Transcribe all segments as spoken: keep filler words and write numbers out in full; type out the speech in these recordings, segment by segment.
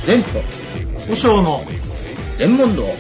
善と和尚の全問答。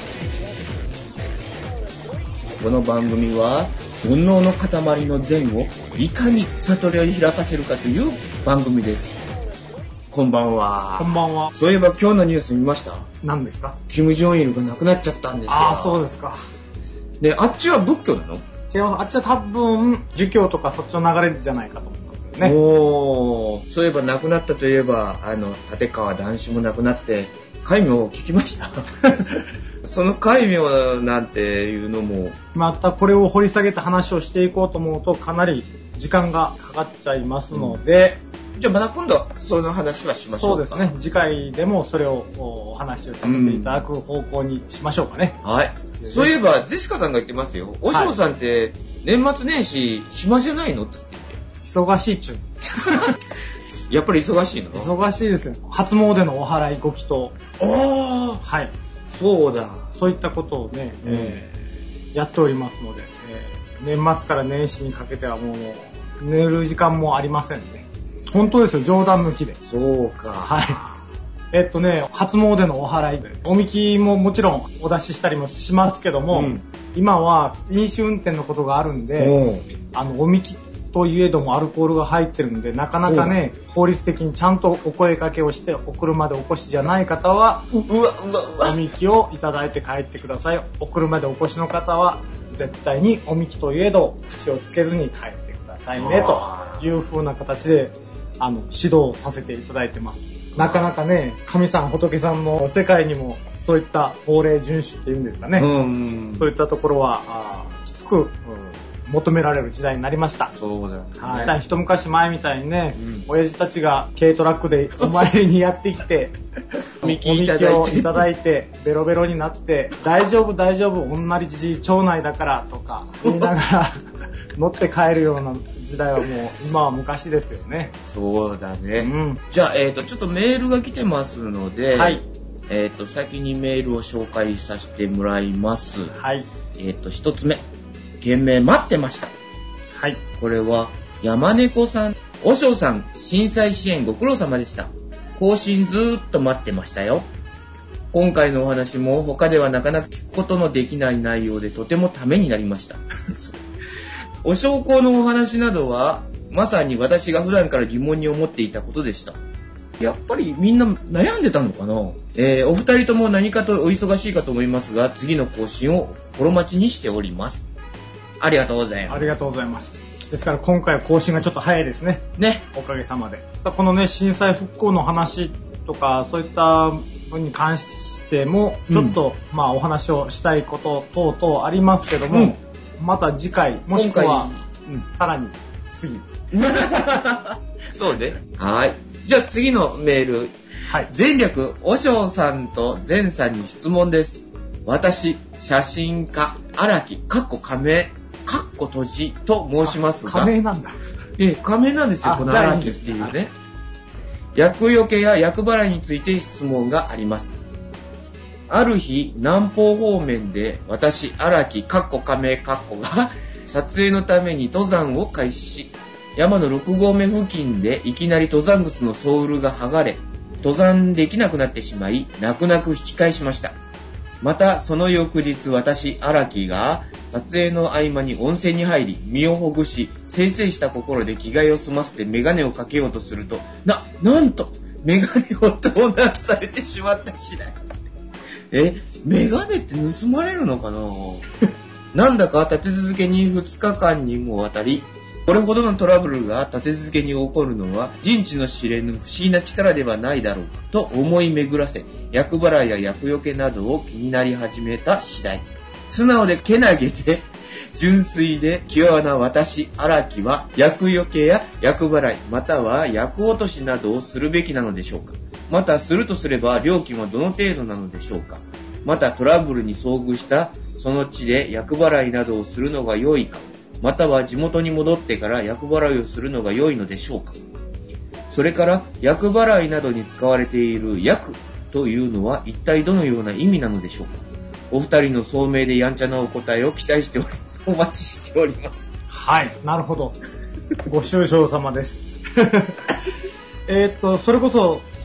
この番組は煩悩の塊の善をいかに悟りを開かせるかという番組です。こんばんは。 こんばんは。 そういえば今日のニュース見ました？ 何ですか？ キム・ジョンイルが亡くなっちゃったんですよ。 ああ、そうですか。 で、あっちは仏教なの？ 違う、あっちは多分儒教とかそっちの流れじゃないかと思いますけどね。 おー、そういえば亡くなったといえば、あの立川談志も亡くなって戒名を聞きましたその戒名なんていうのもまたこれを掘り下げて話をしていこうと思うとかなり時間がかかっちゃいますので、 うん、じゃあまた今度その話はしましょうか。 そうですね、次回でもそれをお話をさせていただく方向にしましょうかね、 うん、はい。そういえばジェシカさんが言ってますよ。おしょうさんって年末年始暇じゃないのっつって言って。 忙しいっちゅうやっぱり忙しいの？ 忙しいですよ。初詣のお祓いご祈祷、 ああ、 はい、 そうだ、 そういったことをね、うん、えー、やっておりますので、えー、年末から年始にかけてはもう寝る時間もありませんね。本当ですよ、冗談抜きで。 そうか。 はい。えっとね、初詣のお祓いで、おみきももちろんお出ししたりもしますけども、うん、今は飲酒運転のことがあるんで、あのおみきといえどもアルコールが入ってるんで、なかなかね、法律的にちゃんとお声掛けをしてお車でお越しじゃない方は、 うわうわうわ、 おみきをいただいて帰ってください。お車でお越しの方は絶対におみきといえど口をつけずに帰ってくださいねという風な形であの指導させていただいてます。なかなかね、神さん仏さんの世界にもそういった法令遵守っていうんですかね、うん、そういったところはあきつく、うん、求められる時代になりました。 そうだよね。 はい、一昔前みたいにね、うん、親父たちが軽トラックでお参りにやってきておみきをいただいてベロベロになって大丈夫大丈夫女じじい町内だからとか言いながら乗って帰るような時代はもう今は昔ですよね。 そうだね、 うん、 じゃあ、えーと、ちょっとメールが来てますので、 はい、 えーと、先にメールを紹介させてもらいます。 はい、 えーと、一つ目、件名待ってました。 はい、 これは山猫さん。おしょうさん、震災支援ご苦労様でした。更新ずーっと待ってましたよ。今回のお話も他ではなかなか聞くことのできない内容でとてもためになりましたお焼香のお話などはまさに私が普段から疑問に思っていたことでした。やっぱりみんな悩んでたのかな。えー、お二人とも何かとお忙しいかと思いますが、次の更新を心待ちにしております。ありがとうございます。 ありがとうございます。ですから今回は更新がちょっと早いですね。 ね。 おかげさまで。このね、震災復興の話とかそういった分に関してもちょっと、うん、まあお話をしたいこと等々ありますけども、うん、また次回もしくは、うん、さらに次そうね。はい。じゃあ次のメール。 はい。 前略おしょうさんと前さんに質問です。私写真家荒木かっこ仮名かっこ閉じと申しますが、 仮名なんだ。 ええ、仮名なんですよ、この荒木っていうね。厄除けや厄払いについて質問があります。ある日南方方面で私荒木かっこ仮名かっこが撮影のために登山を開始し、山のろく合目付近でいきなり登山靴のソールが剥がれ、登山できなくなってしまい、泣く泣く引き返しました。またその翌日、私荒木が撮影の合間に温泉に入り、身をほぐし、せいせいした心で着替えを済ませてメガネをかけようとすると、な、なんとメガネを盗難されてしまった次第。え、メガネって盗まれるのかななんだか立て続けにふつかかんにもわたり、これほどのトラブルが立て続けに起こるのは人知の知れぬ不思議な力ではないだろうかと思い巡らせ、厄払いや厄除けなどを気になり始めた次第。素直でけなげで純粋で気弱な私荒木は厄除けや厄払いまたは厄落としなどをするべきなのでしょうか。またするとすれば料金はどの程度なのでしょうか。またトラブルに遭遇したその地で厄払いなどをするのが良いか、または地元に戻ってから厄払いをするのが良いのでしょうか。それから厄払いなどに使われている厄というのは一体どのような意味なのでしょうか。お二人の聡明でやんちゃなお答えを期待しておりお待ちしております。 はい、なるほど。ご愁傷様です。えっとそれこそ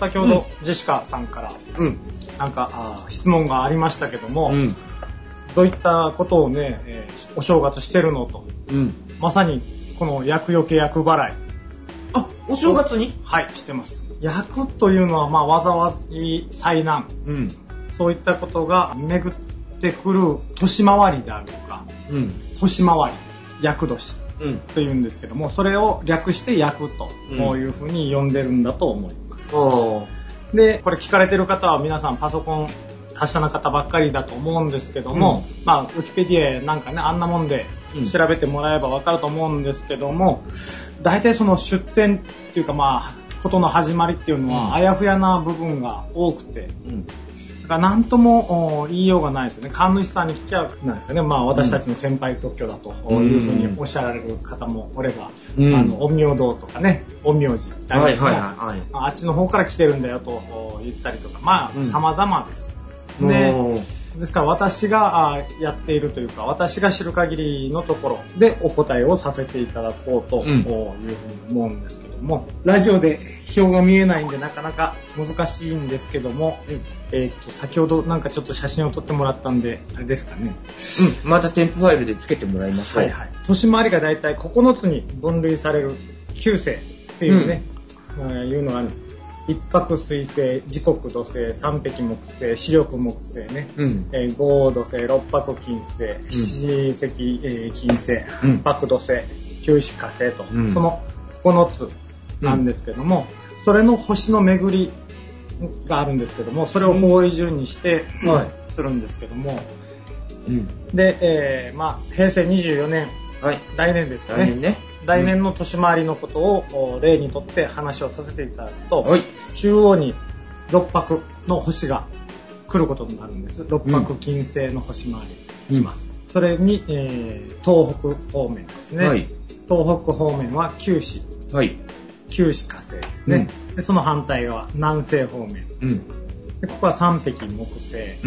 先ほどジェシカさんからなんか、あ質問がありましたけども、うん、どういったことをね、えー、お正月してるのと、うん、まさにこの厄除け厄払い。 あ、お正月に？ はい、してます。厄というのはまあ災い、災難、うん、そういったことが巡ってくる年回りであるとか、うん、星回り、厄年というんですけども、それを略して厄というふうに呼んでるんだと思います。うん、で、これ聞かれてる方は皆さんパソコン達者な方ばっかりだと思うんですけども、うん、まあウィキペディアなんかねあんなもんで調べてもらえばわかると思うんですけども、大体その出典っていうかまあことの始まりっていうのはあやふやな部分が多くて、うん、だから何とも言いようがないですよね。神主さんに聞きゃなんですかね、まあ私たちの先輩特許だというふうにおっしゃられる方もおれば、うん、あの陰陽道とかね、陰陽師ありますね、はいはいはい、あっちの方から来てるんだよと言ったりとか、まあ様々です。うん、でですから私がやっているというか私が知る限りのところでお答えをさせていただこうというふうに思うんですけども、うん、ラジオで表が見えないんでなかなか難しいんですけども、うん、えー、と先ほどなんかちょっと写真を撮ってもらったんであれですかね、 うん、また添付ファイルでつけてもらいましょう。はいはい、 年回りがだいたいここのつに分類されるきゅう星っていうね、うん、いうのがある。一泊水星、時刻土星、三碧木星、四緑木星ね、うん、えー、五土星、六白金星、うん、七石、えー、金星、八白土星、九紫火星と、うん、そのここのつなんですけども、うん、それの星の巡りがあるんですけども、それを方位順にして、うん、するんですけども、うん、で、えー、まあ平成にじゅうよねん、はい、来年ですよね。来年ね。来年の年回りのことを例にとって話をさせていただくと、はい、中央に六白の星が来ることになるんです。六白金星の星回り来ます。うん、それに、えー、東北方面ですね。はい、東北方面は九紫、はい、九紫火星ですね。うん、でその反対側南西方面。うん、でここは三碧木星。うん、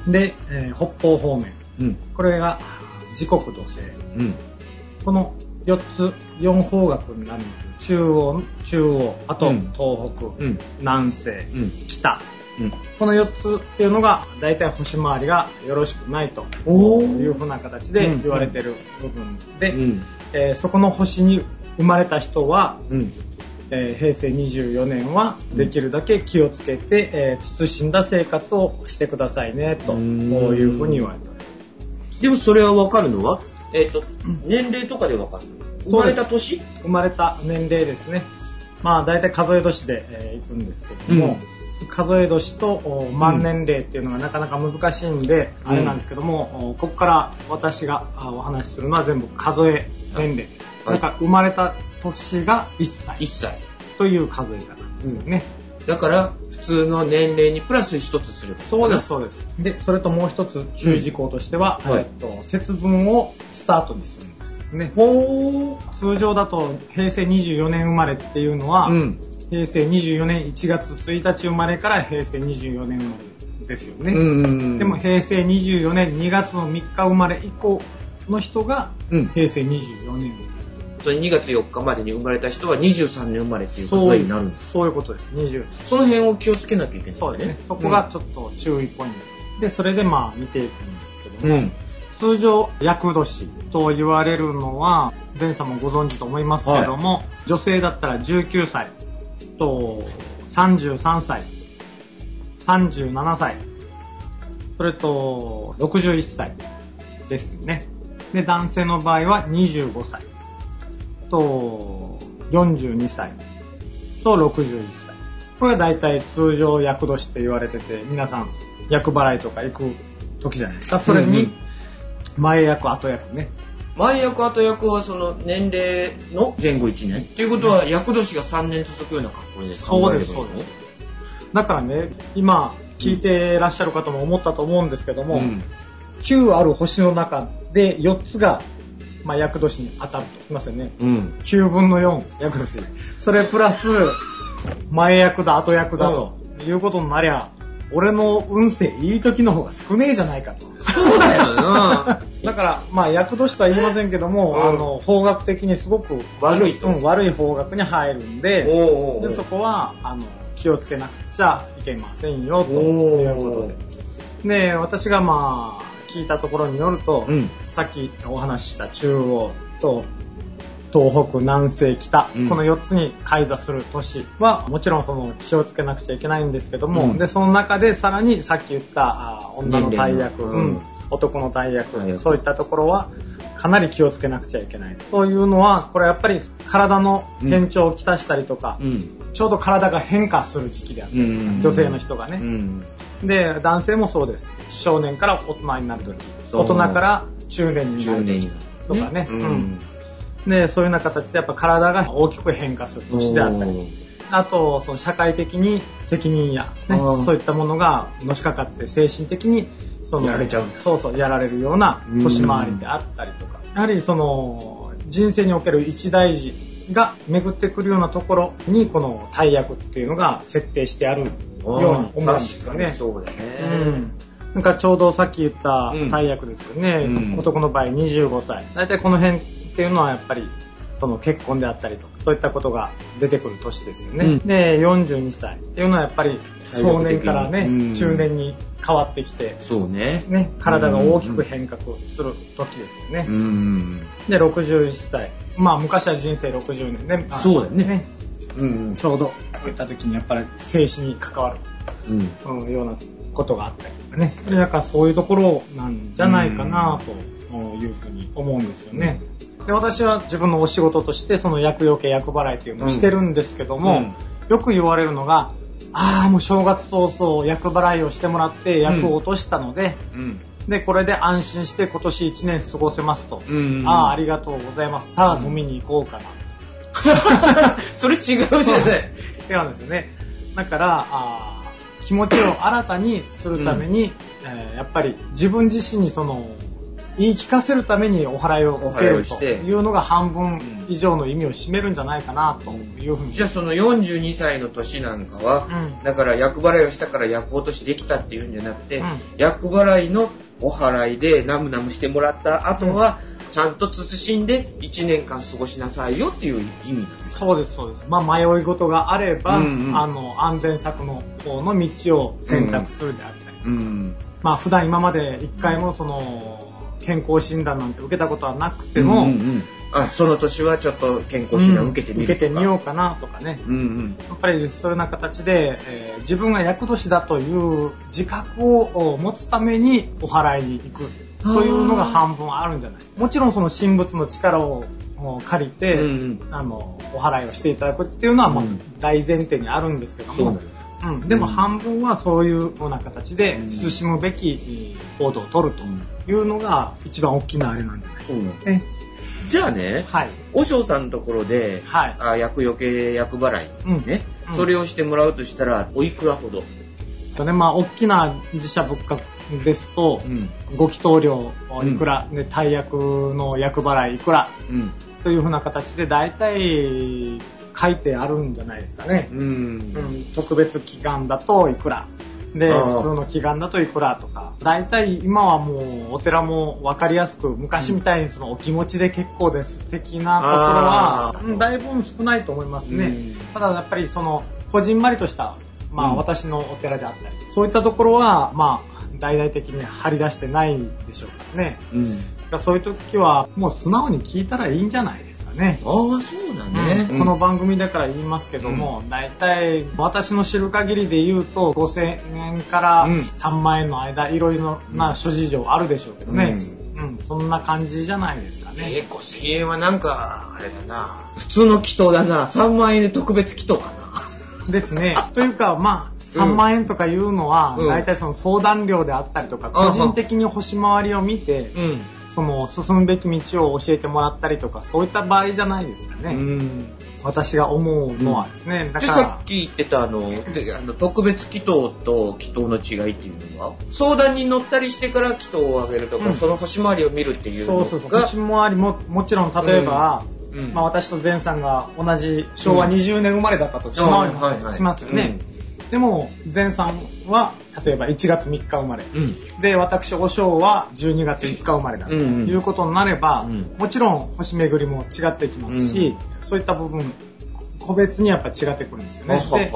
で、えー、北方方面。うん、これが時刻土星。うん、このよっつ、よん方角になるんですよ。中央、中央、あと東北、うん、南西、うん、北、うん。このよっつっていうのが、だいたい星回りがよろしくないというふうな形で言われてる部分で、うん、えー、そこの星に生まれた人は、うん、えー、平成にじゅうよねんはできるだけ気をつけて、えー、慎んだ生活をしてくださいね、というふうに言われております。 でもそれはわかるのはえっと、年齢とかで分かる？生まれた年？ 生まれた年齢ですね。まあ大体数え年で、えー、いくんですけども、うん、数え年と満年齢っていうのがなかなか難しいんで、うん、あれなんですけども、ここから私がお話しするのは全部数え年齢です。はい、だから生まれた年がいっさい。いっさい。という数え方ですよね。 うん、だから普通の年齢にプラス一つする。 そうですそうです。でそれともう一つ注意事項としては、うん、えっと節分をスタートにするんですね。ほー。通常だと平成にじゅうよねん生まれっていうのは、うん、平成にじゅうよねんいちがつついたち生まれから平成にじゅうよねん生まれですよね。うんうんうん、でも平成にじゅうよねんにがつのみっか生まれ以降の人が平成にじゅうよねん生まれ。 にがつよっかまでに生まれた人はにじゅうさんねん生まれっていうことになるんです。 そういうことです。にじゅうさん。 その辺を気をつけなきゃいけない、ね。 そうですね。そこがちょっと注意ポイント、うん、でそれでまあ見ていくんですけども、うん、通常厄年と言われるのは前さんもご存知と思いますけども、はい、女性だったらじゅうきゅうさいとさんじゅうさんさい、さんじゅうななさい、それとろくじゅういっさいですね。で男性の場合はにじゅうごさいとよんじゅうにさいとろくじゅういっさい。これが大体通常厄年って言われてて、皆さん厄払いとか行く時じゃないですか。それに前厄後厄ね。 前厄後厄はその年齢の前後いちねんっていうことは厄年がさんねん続くような格好で考えればいいの？そうですそうです。 だからね、今聞いてらっしゃる方も思ったと思うんですけども、うん、きゅうある星の中でよっつがまあ、厄年に当たると言いますよね、うん、きゅうぶんのよん厄年、それプラス前厄だ後厄だということになりゃ、俺の運勢いい時の方が少ねえじゃないかと。 そうだよな。 だからまあ厄年とは言いませんけども、うん、あの方角的にすごく悪いと、 うん、悪い方角に入るんで、おうおうおう、でそこはあの気気をつけなくちゃいけませんよということで。で、私がまあ聞いたところによると、うん、さっきお話しした中央と東北、南西、北、うん、このよっつに開座する都市はもちろんその気をつけなくちゃいけないんですけども、うん、でその中でさらにさっき言ったあ女の大役、うん、男の大役、大役、そういったところはかなり気をつけなくちゃいけない。というのはこれやっぱり体の変調をきたしたりとか、うん、ちょうど体が変化する時期であったりとか、うん、女性の人がね、うん、で男性もそうです。少年から大人になる時、大人から中年になる時とかね、うんうんでそういうような形でやっぱ体が大きく変化する年であったり、あとその社会的に責任や、ね、そういったものがのしかかって精神的にそのやられちゃうそうそうやられるような年回りであったりとか、やはりその人生における一大事が巡ってくるようなところにこの大役っていうのが設定してあるように思うんですよね。 確かにそうだね、 うんなんかちょうどさっき言った大役ですよね、うん、男の場合にじゅうごさい、だいたいこの辺っていうのはやっぱりその結婚であったりとかそういったことが出てくる年ですよね、うん、でよんじゅうにさいっていうのはやっぱり少年からね、うん、中年に変わってきてそうね、 ね体が大きく変革する時ですよね、うん、でろくじゅういっさいまあ昔は人生ろくじゅうねんで、ね、 そうだね、ねうん、ちょうどこういった時にやっぱり生死に関わる、うんうん、ようなことがあったりとかね、なんかそういうところなんじゃないかなというふうに思うんですよね。で私は自分のお仕事としてその厄除け厄払いっていうのをしてるんですけども、うん、よく言われるのがああもう正月早々厄払いをしてもらって厄を落としたので、うん、でこれで安心して今年いちねん過ごせますと、うんうんうん、ああありがとうございますさあ飲みに行こうかな、 うん、それ違うじゃない違うんですよね。だからあ気持ちを新たにするために、うんえー、やっぱり自分自身にその言い聞かせるためにお祓いを受けるというのが半分以上の意味を占めるんじゃないかなというふうに。 じゃあそのよんじゅうにさいの年なんかは、うん、だから厄払いをしたから厄落としできたっていうんじゃなくて、うん、厄払いのお祓いでナムナムしてもらった後は、うん、ちゃんと慎んでいちねんかん過ごしなさいよっていう意味なんですか。 そうですそうです。まあ迷い事があれば、うんうん、あの安全策の方の道を選択するであったり、うんうん、まあ普段今まで一回もその健康診断なんて受けたことはなくても、うんうんうん、 あその年はちょっと健康診断受けてみるとか、 うん、受けてみようかなとかね、うんうん、やっぱりそういうような形で、えー、自分が厄年だという自覚を持つためにお祓いに行くというのが半分あるんじゃない。もちろんその神仏の力を借りて、うんうん、あのお祓いをしていただくっていうのはまあ大前提にあるんですけども、うんうん、でも半分はそういうような形で慎むべき行動を取るというのが一番大きなあれなんじゃないですかね。 じゃあね、はい、和尚さんのところで、はい、あ厄除け厄払い、うんねうん、それをしてもらうとしたらおいくらほど？ ねまあ、大きな寺社仏閣ですと、うん、ご祈祷料いくら、うん、で大役の厄払いいくら、うん、というふうな形でだいたい書いてあるんじゃないですかね、うんうん、特別祈願だといくらで普通の祈願だといくらとか、だいたい今はもうお寺も分かりやすく昔みたいにそのお気持ちで結構です的なところは、うん、だいぶ少ないと思いますね、うん、ただやっぱりそのこじんまりとしたまあ、うん、私のお寺であったりそういったところはまあ大々的に張り出してないでしょうからね、うん、そういう時はもう素直に聞いたらいいんじゃないですかね。 ああそうだね、 うん、この番組だから言いますけども、うん、大体私の知る限りで言うとごせんえんからさんまんえんの間いろいろな諸事情あるでしょうけどね、うんうん、そんな感じじゃないですかね。 えー、ごせんえんはなんかあれだな普通の祈祷だなさんまんえんで特別祈祷かなですね。というかまあさんまんえんとかいうのは、うん、大体その相談料であったりとか、うん、個人的に星回りを見て、うん、その進むべき道を教えてもらったりとかそういった場合じゃないですかね、うん、私が思うのはですね、うん、だからさっき言ってたあのであの特別祈祷と祈祷の違いっていうのは相談に乗ったりしてから祈祷をあげるとか、うん、その星回りを見るっていうのがそうそうそう星回りももちろん例えば、うんうんまあ、私と前さんが同じしょうわにじゅうねん生まれだったとしますよね。でも前さんは例えばいちがつみっか生まれ、うん、で私おしょうはじゅうにがついつか生まれだということになれば、うんうん、もちろん星巡りも違ってきますし、うん、そういった部分個別にやっぱ違ってくるんですよね。で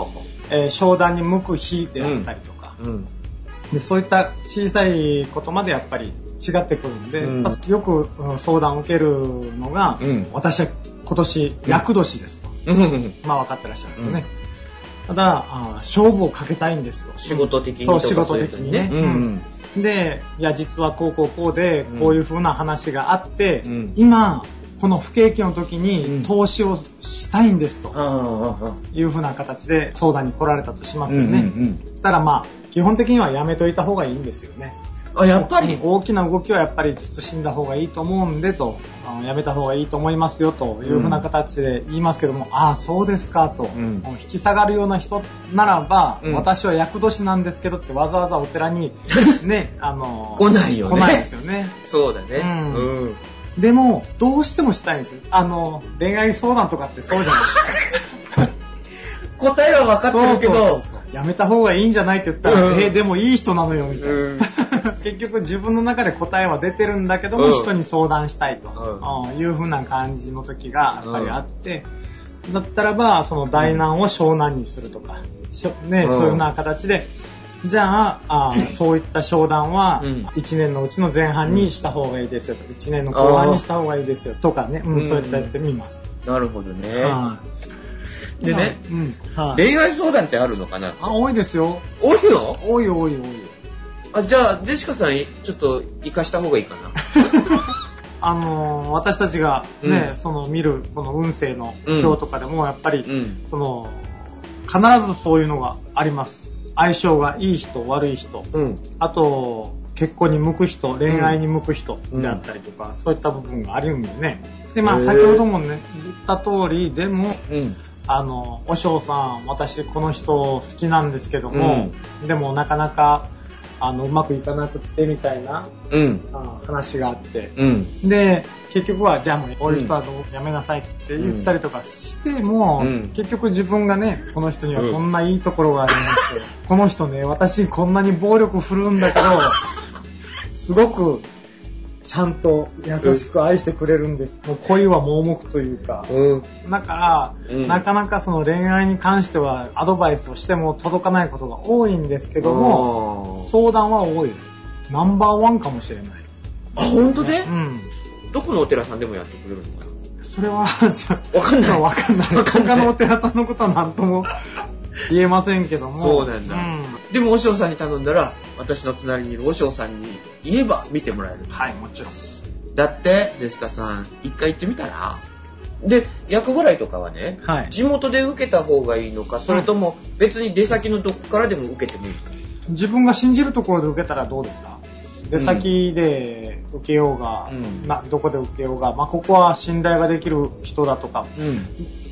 えー、商談に向く日であったりとか、うんうん、でそういった小さいことまでやっぱり違ってくるんで、うん、よく相談を受けるのが、うん、私は今年厄年ですと、うん、まあ分かってらっしゃるんですね、うん、ただあ勝負をかけたいんですと、 仕事的にそう仕事的にね、うんうん、でいや実はこうこうこうでこういう風な話があって、うん、今この不景気の時に投資をしたいんですという風な形で相談に来られたとしますよね、うんうんうん、ただまあ基本的にはやめといた方がいいんですよね。 あ、やっぱり大きな動きはやっぱり慎んだ方がいいと思うんでと、あのやめた方がいいと思いますよという風な形で言いますけども、うん、ああそうですかと、うん、引き下がるような人ならば、うん、私は厄年なんですけどってわざわざお寺にねあの来ないよね。 来ないですよね。 そうだね、うんうん、 でもどうしてもしたいんですよ。あの恋愛相談とかってそうじゃないですか答えは分かってるけどそうそうそうそうやめた方がいいんじゃないって言ったら、うん、えー、でもいい人なのよみたいな、うん、結局自分の中で答えは出てるんだけども、うん、人に相談したいと、うん、いう風な感じの時がやっぱりあって、うん、だったらばその大難を小難にするとか、ね、うん、そういう風な形でじゃあ、あそういった商談はいちねんのうちの前半にした方がいいですよとかいちねんの後半にした方がいいですよとかね、うん、そういったやってみます。 なるほどね。はでね、うんはい、恋愛相談ってあるのかな。 あ、多いですよ。 多いの？ 多い多い多い。 あ、じゃあジェシカさんちょっと活かした方がいいかな。 あのー、私たちがね、うん、その見るこの運勢の表とかでもやっぱり、うん、その必ずそういうのがあります。相性がいい人悪い人、うん、あと結婚に向く人恋愛に向く人であったりとか、うん、そういった部分があるんでね。でまあ先ほどもね言った通りでも、うんあのお嬢さん私この人好きなんですけども、うん、でもなかなかあのうまくいかなくってみたいな、うん、あ話があって、うん、で結局はじゃあもうこういう人はどうやめなさいって言ったりとかしても、うん、結局自分がねこの人にはこんないいところがありまして、うん、この人ね私こんなに暴力振るうんだけどすごくちゃんと優しく愛してくれるんです。もう恋は盲目というか、うん、だから、うん、なかなかその恋愛に関してはアドバイスをしても届かないことが多いんですけども、相談は多いです。ナンバーワンかもしれない。 あ、本当で？うん。どこのお寺さんでもやってくれるのかな？ それはわかんない。 わかんない。他のお寺さんのことは何とも言えませんけども。 そうなんだ。うん、でもお嬢さんに頼んだら私の隣にいるお嬢さんに言えば見てもらえる。 はい、もちろん。 だってジェシカさん一回行ってみたら。で厄払いとかはね、はい、地元で受けた方がいいのかそれとも別に出先のどこからでも受けてもいいのか。 自分が信じるところで受けたらどうですか。出先で受けようが、うん、などこで受けようが、まあ、ここは信頼ができる人だとか、うん、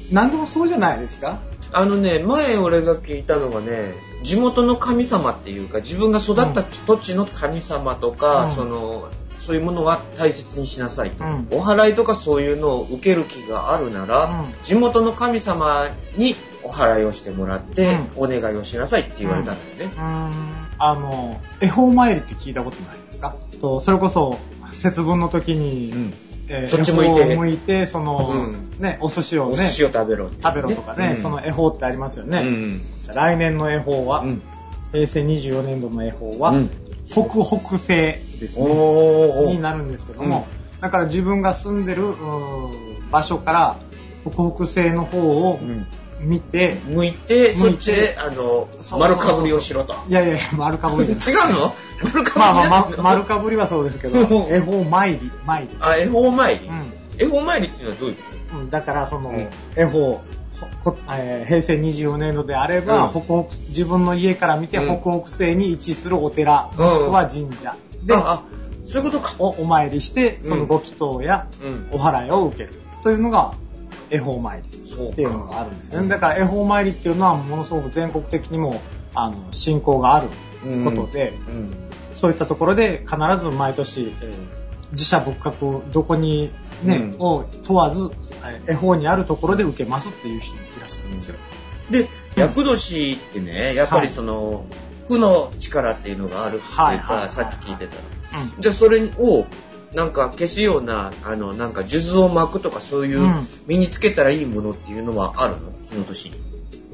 何でもそうじゃないですか。 あのね前俺が聞いたのがね地元の神様っていうか自分が育った土地の神様とか、うん、そのそういうものは大切にしなさいと、うん、お祓いとかそういうのを受ける気があるなら、うん、地元の神様にお祓いをしてもらって、うん、お願いをしなさいって言われたんだよね、うん、 あの恵方参りって聞いたことないですか。とそれこそ節分の時に、うんえー、 そっち向いて向いてその、うんね、お寿司をねお寿司を食べろ、 ね、食べろとかね、うん、その恵方ってありますよね、うん、来年の恵方は、うん、へいせいにじゅうよねんどの恵方は、うん、北北西ですねになるんですけども、うん、だから自分が住んでる場所から北北西の方を見て、 うん、向いてそっちであの丸かぶりをしろと。 いやいや丸かぶりじゃない違うの丸かぶりまあまあ、ま、丸かぶりはそうですけど恵方参り参りあ恵方参り、うん、恵方参りっていうのはどういうこと、 うん、だからその、うん、恵方えー、へいせいにじゅうよねんどであれば、うん、北北自分の家から見て北北西に位置するお寺、うん、もしくは神社で、うん、あそういうことかお, お参りしてそのご祈祷やお祓いを受けるというのが恵方参りっていうのがあるんですね。だから恵方参りっていうのはものすごく全国的にもあの信仰があることで、うんうん、そういったところで必ず毎年、えー、寺社仏閣どこにね、うん、を問わず恵方にあるところで受けますっていう人いらっしゃるんですよ。 で厄年ってねやっぱりその、はい、負の力っていうのがあるって言ったらさっき聞いてたの、うん、じゃあそれをなんか消すようなあのなんか数珠を巻くとかそういう身につけたらいいものっていうのはあるのその年に。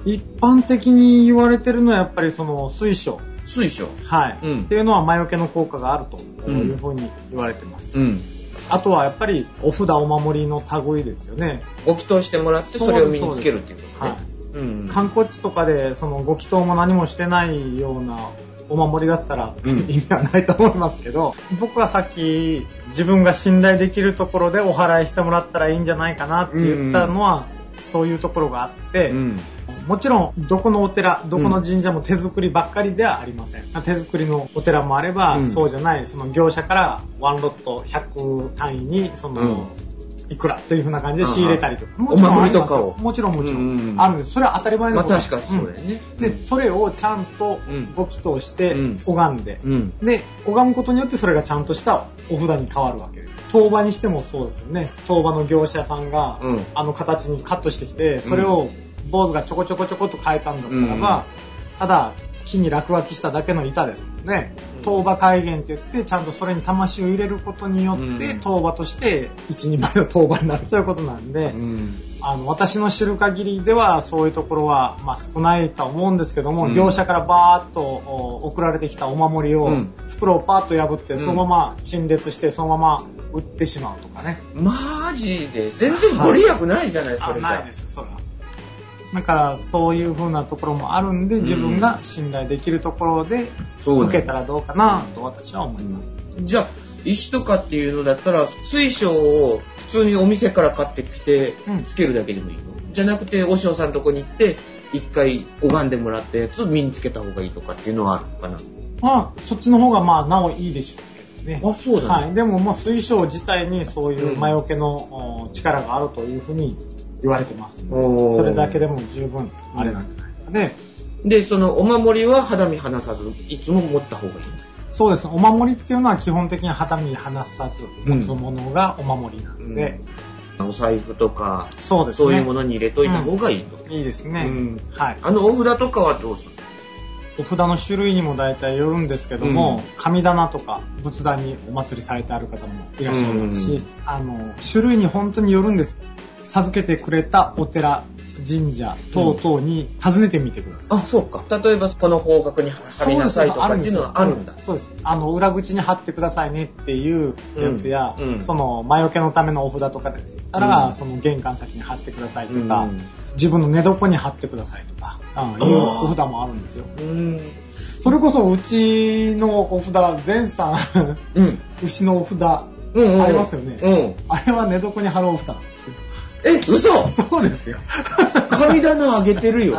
一般的に言われてるのはやっぱりその水晶。 水晶。 はい、うん。っていうのは魔除けの効果があるというふうに言われてます。うん。あとはやっぱりお札お守りの類ですよね。 ご祈祷してもらってそれを身につけるっていうことね。はい。 うん、観光地とかでそのご祈祷も何もしてないようなお守りだったら、うん、意味はないと思いますけど、僕はさっき自分が信頼できるところでお祓いしてもらったらいいんじゃないかなって言ったのは、うん、そういうところがあって、うん、もちろんどこのお寺どこの神社も手作りばっかりではありません、うん、手作りのお寺もあれば、うん、そうじゃないその業者からワンロットひゃく単位にその、うんいくらという風な感じで仕入れたりとか、 お守りとかをもちろんもちろんあるんです。それは当たり前のこと。 まあ確かにそうだよね。 うん、でそれをちゃんとご祈祷して拝んで、うん、で拝むことによってそれがちゃんとしたお札に変わるわけです。当場にしてもそうですよね。当場の業者さんが、うん、あの形にカットしてきて、それを坊主がちょこちょこちょこっと変えたんだったらば、うん、ただ木に落書きしただけの板ですもんね。当場改元って言ってちゃんとそれに魂を入れることによって、うん、当場として一人前の当場になるということなんで、うん、あの私の知る限りではそういうところは、まあ、少ないと思うんですけども、うん、業者からバーッと送られてきたお守りを、うん、袋をパーッと破ってそのまま陳列してそのまま売ってしまうとかね。 マジで全然ご利益ないじゃないそれじゃ。 ないですそれは。だからそういう風なところもあるんで、自分が信頼できるところで受けたらどうかなと私は思います。 じゃあ石とかっていうのだったら水晶を普通にお店から買ってきてつけるだけでもいいの、うん、じゃなくてお師匠さんのとこに行って一回拝んでもらったやつを身につけた方がいいとかっていうのはあるのかな。 まあそっちの方がまあなおいいでしょうけどね。 あ、そうだね。 はい、でもまあ水晶自体にそういう魔除けの力があるというふうに言われてますので、それだけでも十分あれなんじゃないですかね。 で、そのお守りは肌身離さずいつも持った方がいい。 そうです。お守りっていうのは基本的に肌身離さず持つものがお守りなので、 うんうん、お財布とかそうですね、 そういうものに入れといた方がいいと、 うん、いいですね、うん、はい。 あのお札とかはどうする？ お札の種類にも大体よるんですけども、うん、神棚とか仏壇にお祭りされてある方もいらっしゃいますし、うん、あの種類に本当によるんです。授けてくれたお寺神社等々に訪ねてみてください、 うん、あ、そうか。例えばこの方角に貼りなさいとかっていうのはあるんだ。 そうです。あの裏口に貼ってくださいねっていうやつや、うんうん、その魔除けのためのお札とかですたら、うん、その玄関先に貼ってくださいとか、うん、自分の寝床に貼ってくださいとか、うん、いうお札もあるんですよ。うん、それこそうちのお札全さん、うん、牛のお札、うんうん、ありますよね、うん、あれは寝床に貼るお札なんですよ。 え、嘘？ そうですよ。 神棚あげてるよ。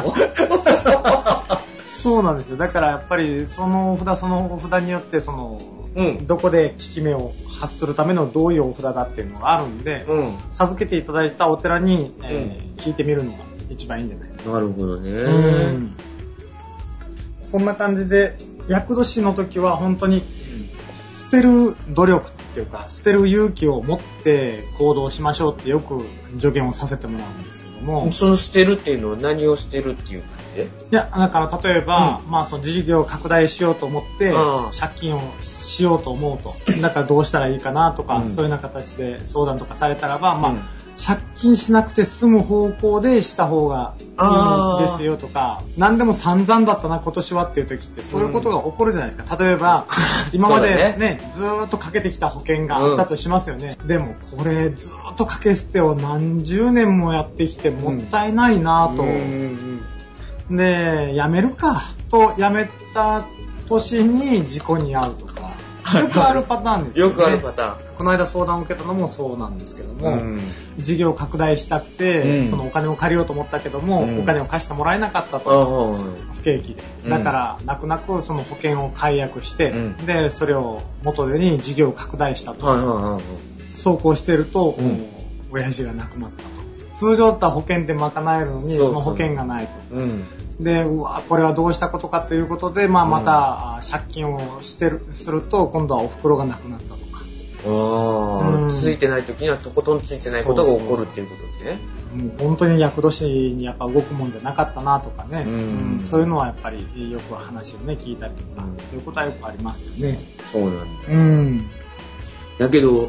そうなんですよ。だからやっぱりそのお札そのお札によってその、うん、どこで効き目を発するためのどういうお札だっていうのがあるんで、うん、授けていただいたお寺に、えーうん、聞いてみるのが一番いいんじゃないですか。 なるほどね、 うん。そんな感じで厄年の時は本当に捨てる努力っていうか捨てる勇気を持って行動しましょうってよく助言をさせてもらうんですけども、 その捨てるっていうのは何を捨てるっていう感じで？ いや、だから例えば、うん、まあその事業を拡大しようと思って借金をしようと思うと、だからどうしたらいいかなとか、うん、そういうような形で相談とかされたらば、まあ、うん、借金しなくて済む方向でした方がいいんですよとか、何でも散々だったな今年はっていう時ってそういうことが起こるじゃないですか。例えば今までね、ねずーっとかけてきた保険があったとしますよね、うん、でもこれずーっとかけ捨てを何十年もやってきてもったいないなと、うん、でやめるかとやめた年に事故に遭うとかよくあるパターンですよね。 よくあるパターン。 この間相談を受けたのもそうなんですけども、うん、事業を拡大したくて、うん、そのお金を借りようと思ったけども、うん、お金を貸してもらえなかったと、不景気で、うん、だから泣く泣くその保険を解約して、うん、でそれを元手に事業を拡大したと、うん、そうこうしてると、うん、親父が亡くなったと。通常だったら保険で賄えるのに そ, その保険がないと、うん、でうわこれはどうしたことかということで、まあ、また借金をしてるすると今度はお袋が亡くなったとか、 あ、うん、ついてない時にはとことんついてないことが起こるっていうことですね。 もう本当に厄年にやっぱ動くもんじゃなかったなとかね、うんうん、そういうのはやっぱりよく話をね聞いたりとか、うん、そういうことはよくありますよね。 そうなんだ、うん、だけど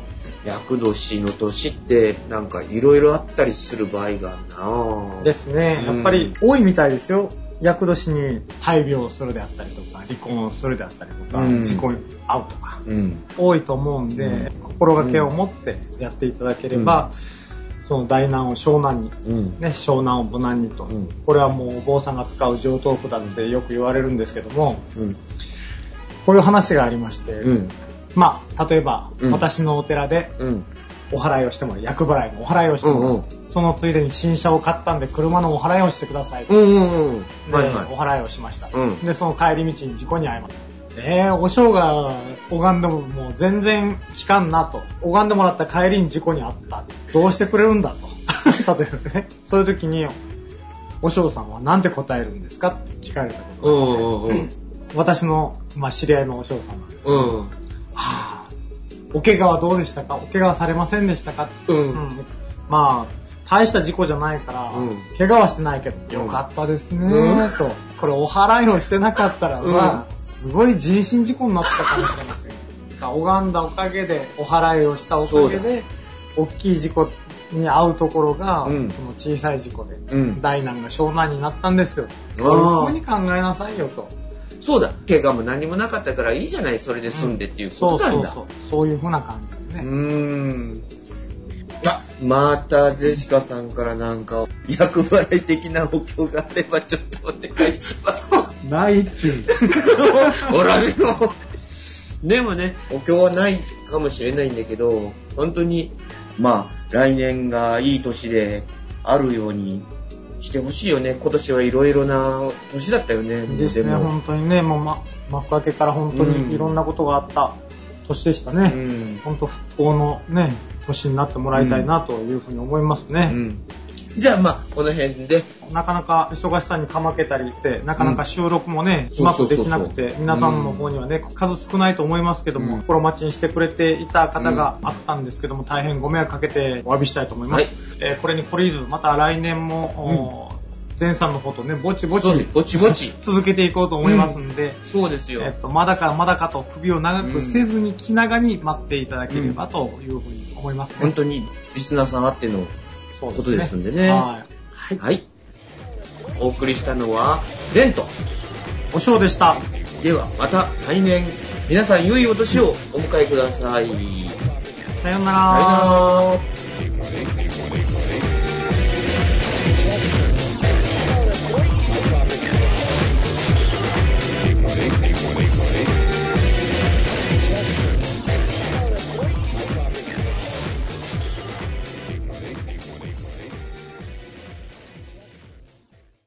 厄年の年ってなんかいろいろあったりする場合があるなぁ。 ですね。やっぱり多いみたいですよ。厄年に大病をするであったりとか、離婚をするであったりとか、うん、事故に遭うとか、うん、多いと思うんで、うん、心がけを持ってやっていただければ、うん、その大難を小難に、うん、ね、小難を無難にと、うん、これはもうお坊さんが使う上等句だってよく言われるんですけども、うん、こういう話がありまして、うん、まあ例えば、うん、私のお寺で、うんお祓いをしても厄払いのお祓いをしても、うんうん、そのついでに新車を買ったんで車のお祓いをしてください、うんうんうん、で、はいはい、お祓いをしました、うん、でその帰り道に事故に遭いました。えー、お正が拝んでももう全然効かんなと、拝んでもらった帰りに事故に遭った、どうしてくれるんだと例えばね、そういう時にお正さんは何て答えるんですかって聞かれたことがあって、うんうんうん、私の、まあ、知り合いのお正さんなんですけど、うん、はぁお怪我はどうでしたか？お怪我はされませんでしたか？うんうん、まあ大した事故じゃないから、うん、怪我はしてないけど、うん、よかったですね、うん、と。これお祓いをしてなかったら、うん、まあすごい人身事故になったかもしれません。拝んだおかげで、お祓いをしたおかげで、大きい事故に遭うところが、うん、その小さい事故で、うん、大難が小難になったんですよ。こういうふうに考えなさいよと。 そうだ、怪我も何もなかったからいいじゃない、それで済んでっていうことなんだ。 うん、そうそうそう、そういう風な感じですね。うーん。 あ、またジェシカさんからなんか厄払い的なお経があればちょっとお願いします。 ないっちゅう。 ほらね、でもね、お経はないかもしれないんだけど、本当にまあ来年がいい年であるようにしてほしいよね。今年はいろいろな年だったよね。 ですね、本当にね、もう、ま、幕開けから本当にいろんなことがあった年でしたね。うん、本当復興のね、年になってもらいたいなというふうに思いますね。うんうん、 じゃあまあ、この辺で。 なかなか忙しさにかまけたりって、なかなか収録もね、うまくできなくて、皆さんの方にはね、数少ないと思いますけども、うん、心待ちにしてくれていた方があったんですけども、大変ご迷惑かけてお詫びしたいと思います。はい、えー、これに懲りず、また来年も、うん前さんの方とね、ぼちぼち、 ぼちぼち続けていこうと思いますんで、 うん、そうですよ。 えっと、まだかまだかと首を長くせずに気長に待っていただければというふうに思いますね。 本当にリスナーさんあってのことですんでね。はい。はい。お送りしたのは、前とお正でした。 では、また来年、皆さん良いお年をお迎えください。 さようなら。 さようなら。